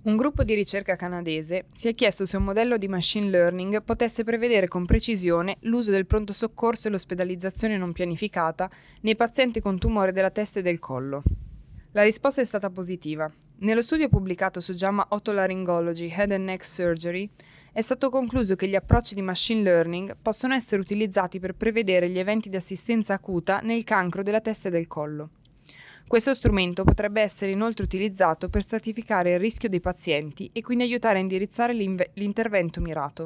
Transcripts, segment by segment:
Un gruppo di ricerca canadese si è chiesto se un modello di machine learning potesse prevedere con precisione l'uso del pronto soccorso e l'ospedalizzazione non pianificata nei pazienti con tumore della testa e del collo. La risposta è stata positiva. Nello studio pubblicato su JAMA Otolaryngology Head and Neck Surgery è stato concluso che gli approcci di machine learning possono essere utilizzati per prevedere gli eventi di assistenza acuta nel cancro della testa e del collo. Questo strumento potrebbe essere inoltre utilizzato per stratificare il rischio dei pazienti e quindi aiutare a indirizzare l'intervento mirato.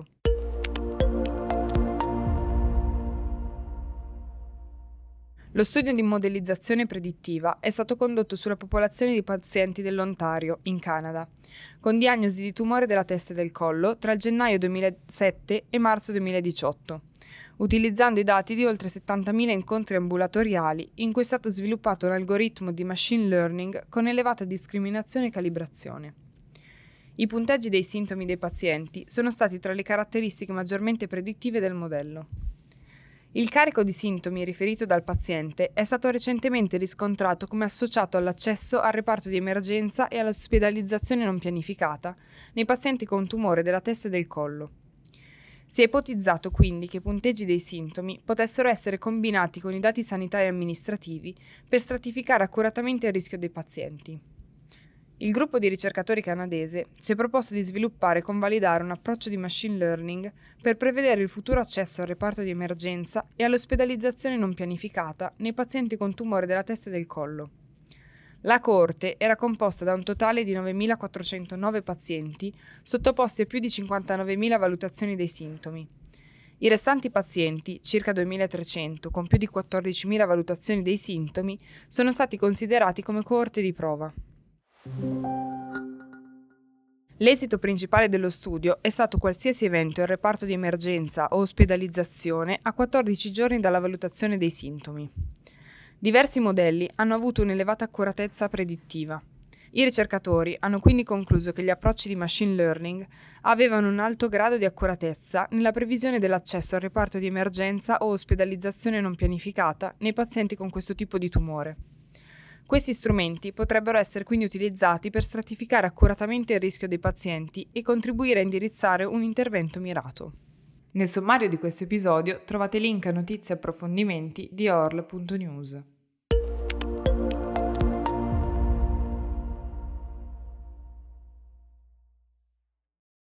Lo studio di modellizzazione predittiva è stato condotto sulla popolazione di pazienti dell'Ontario, in Canada, con diagnosi di tumore della testa e del collo tra il gennaio 2007 e marzo 2018, utilizzando i dati di oltre 70.000 incontri ambulatoriali in cui è stato sviluppato un algoritmo di machine learning con elevata discriminazione e calibrazione. I punteggi dei sintomi dei pazienti sono stati tra le caratteristiche maggiormente predittive del modello. Il carico di sintomi riferito dal paziente è stato recentemente riscontrato come associato all'accesso al reparto di emergenza e all'ospedalizzazione non pianificata nei pazienti con tumore della testa e del collo. Si è ipotizzato quindi che i punteggi dei sintomi potessero essere combinati con i dati sanitari amministrativi per stratificare accuratamente il rischio dei pazienti. Il gruppo di ricercatori canadese si è proposto di sviluppare e convalidare un approccio di machine learning per prevedere il futuro accesso al reparto di emergenza e all'ospedalizzazione non pianificata nei pazienti con tumore della testa e del collo. La coorte era composta da un totale di 9.409 pazienti sottoposti a più di 59.000 valutazioni dei sintomi. I restanti pazienti, circa 2.300, con più di 14.000 valutazioni dei sintomi, sono stati considerati come coorte di prova. L'esito principale dello studio è stato qualsiasi evento in reparto di emergenza o ospedalizzazione a 14 giorni dalla valutazione dei sintomi. Diversi modelli hanno avuto un'elevata accuratezza predittiva. I ricercatori hanno quindi concluso che gli approcci di machine learning avevano un alto grado di accuratezza nella previsione dell'accesso al reparto di emergenza o ospedalizzazione non pianificata nei pazienti con questo tipo di tumore. Questi strumenti potrebbero essere quindi utilizzati per stratificare accuratamente il rischio dei pazienti e contribuire a indirizzare un intervento mirato. Nel sommario di questo episodio trovate link a notizie e approfondimenti di orl.news.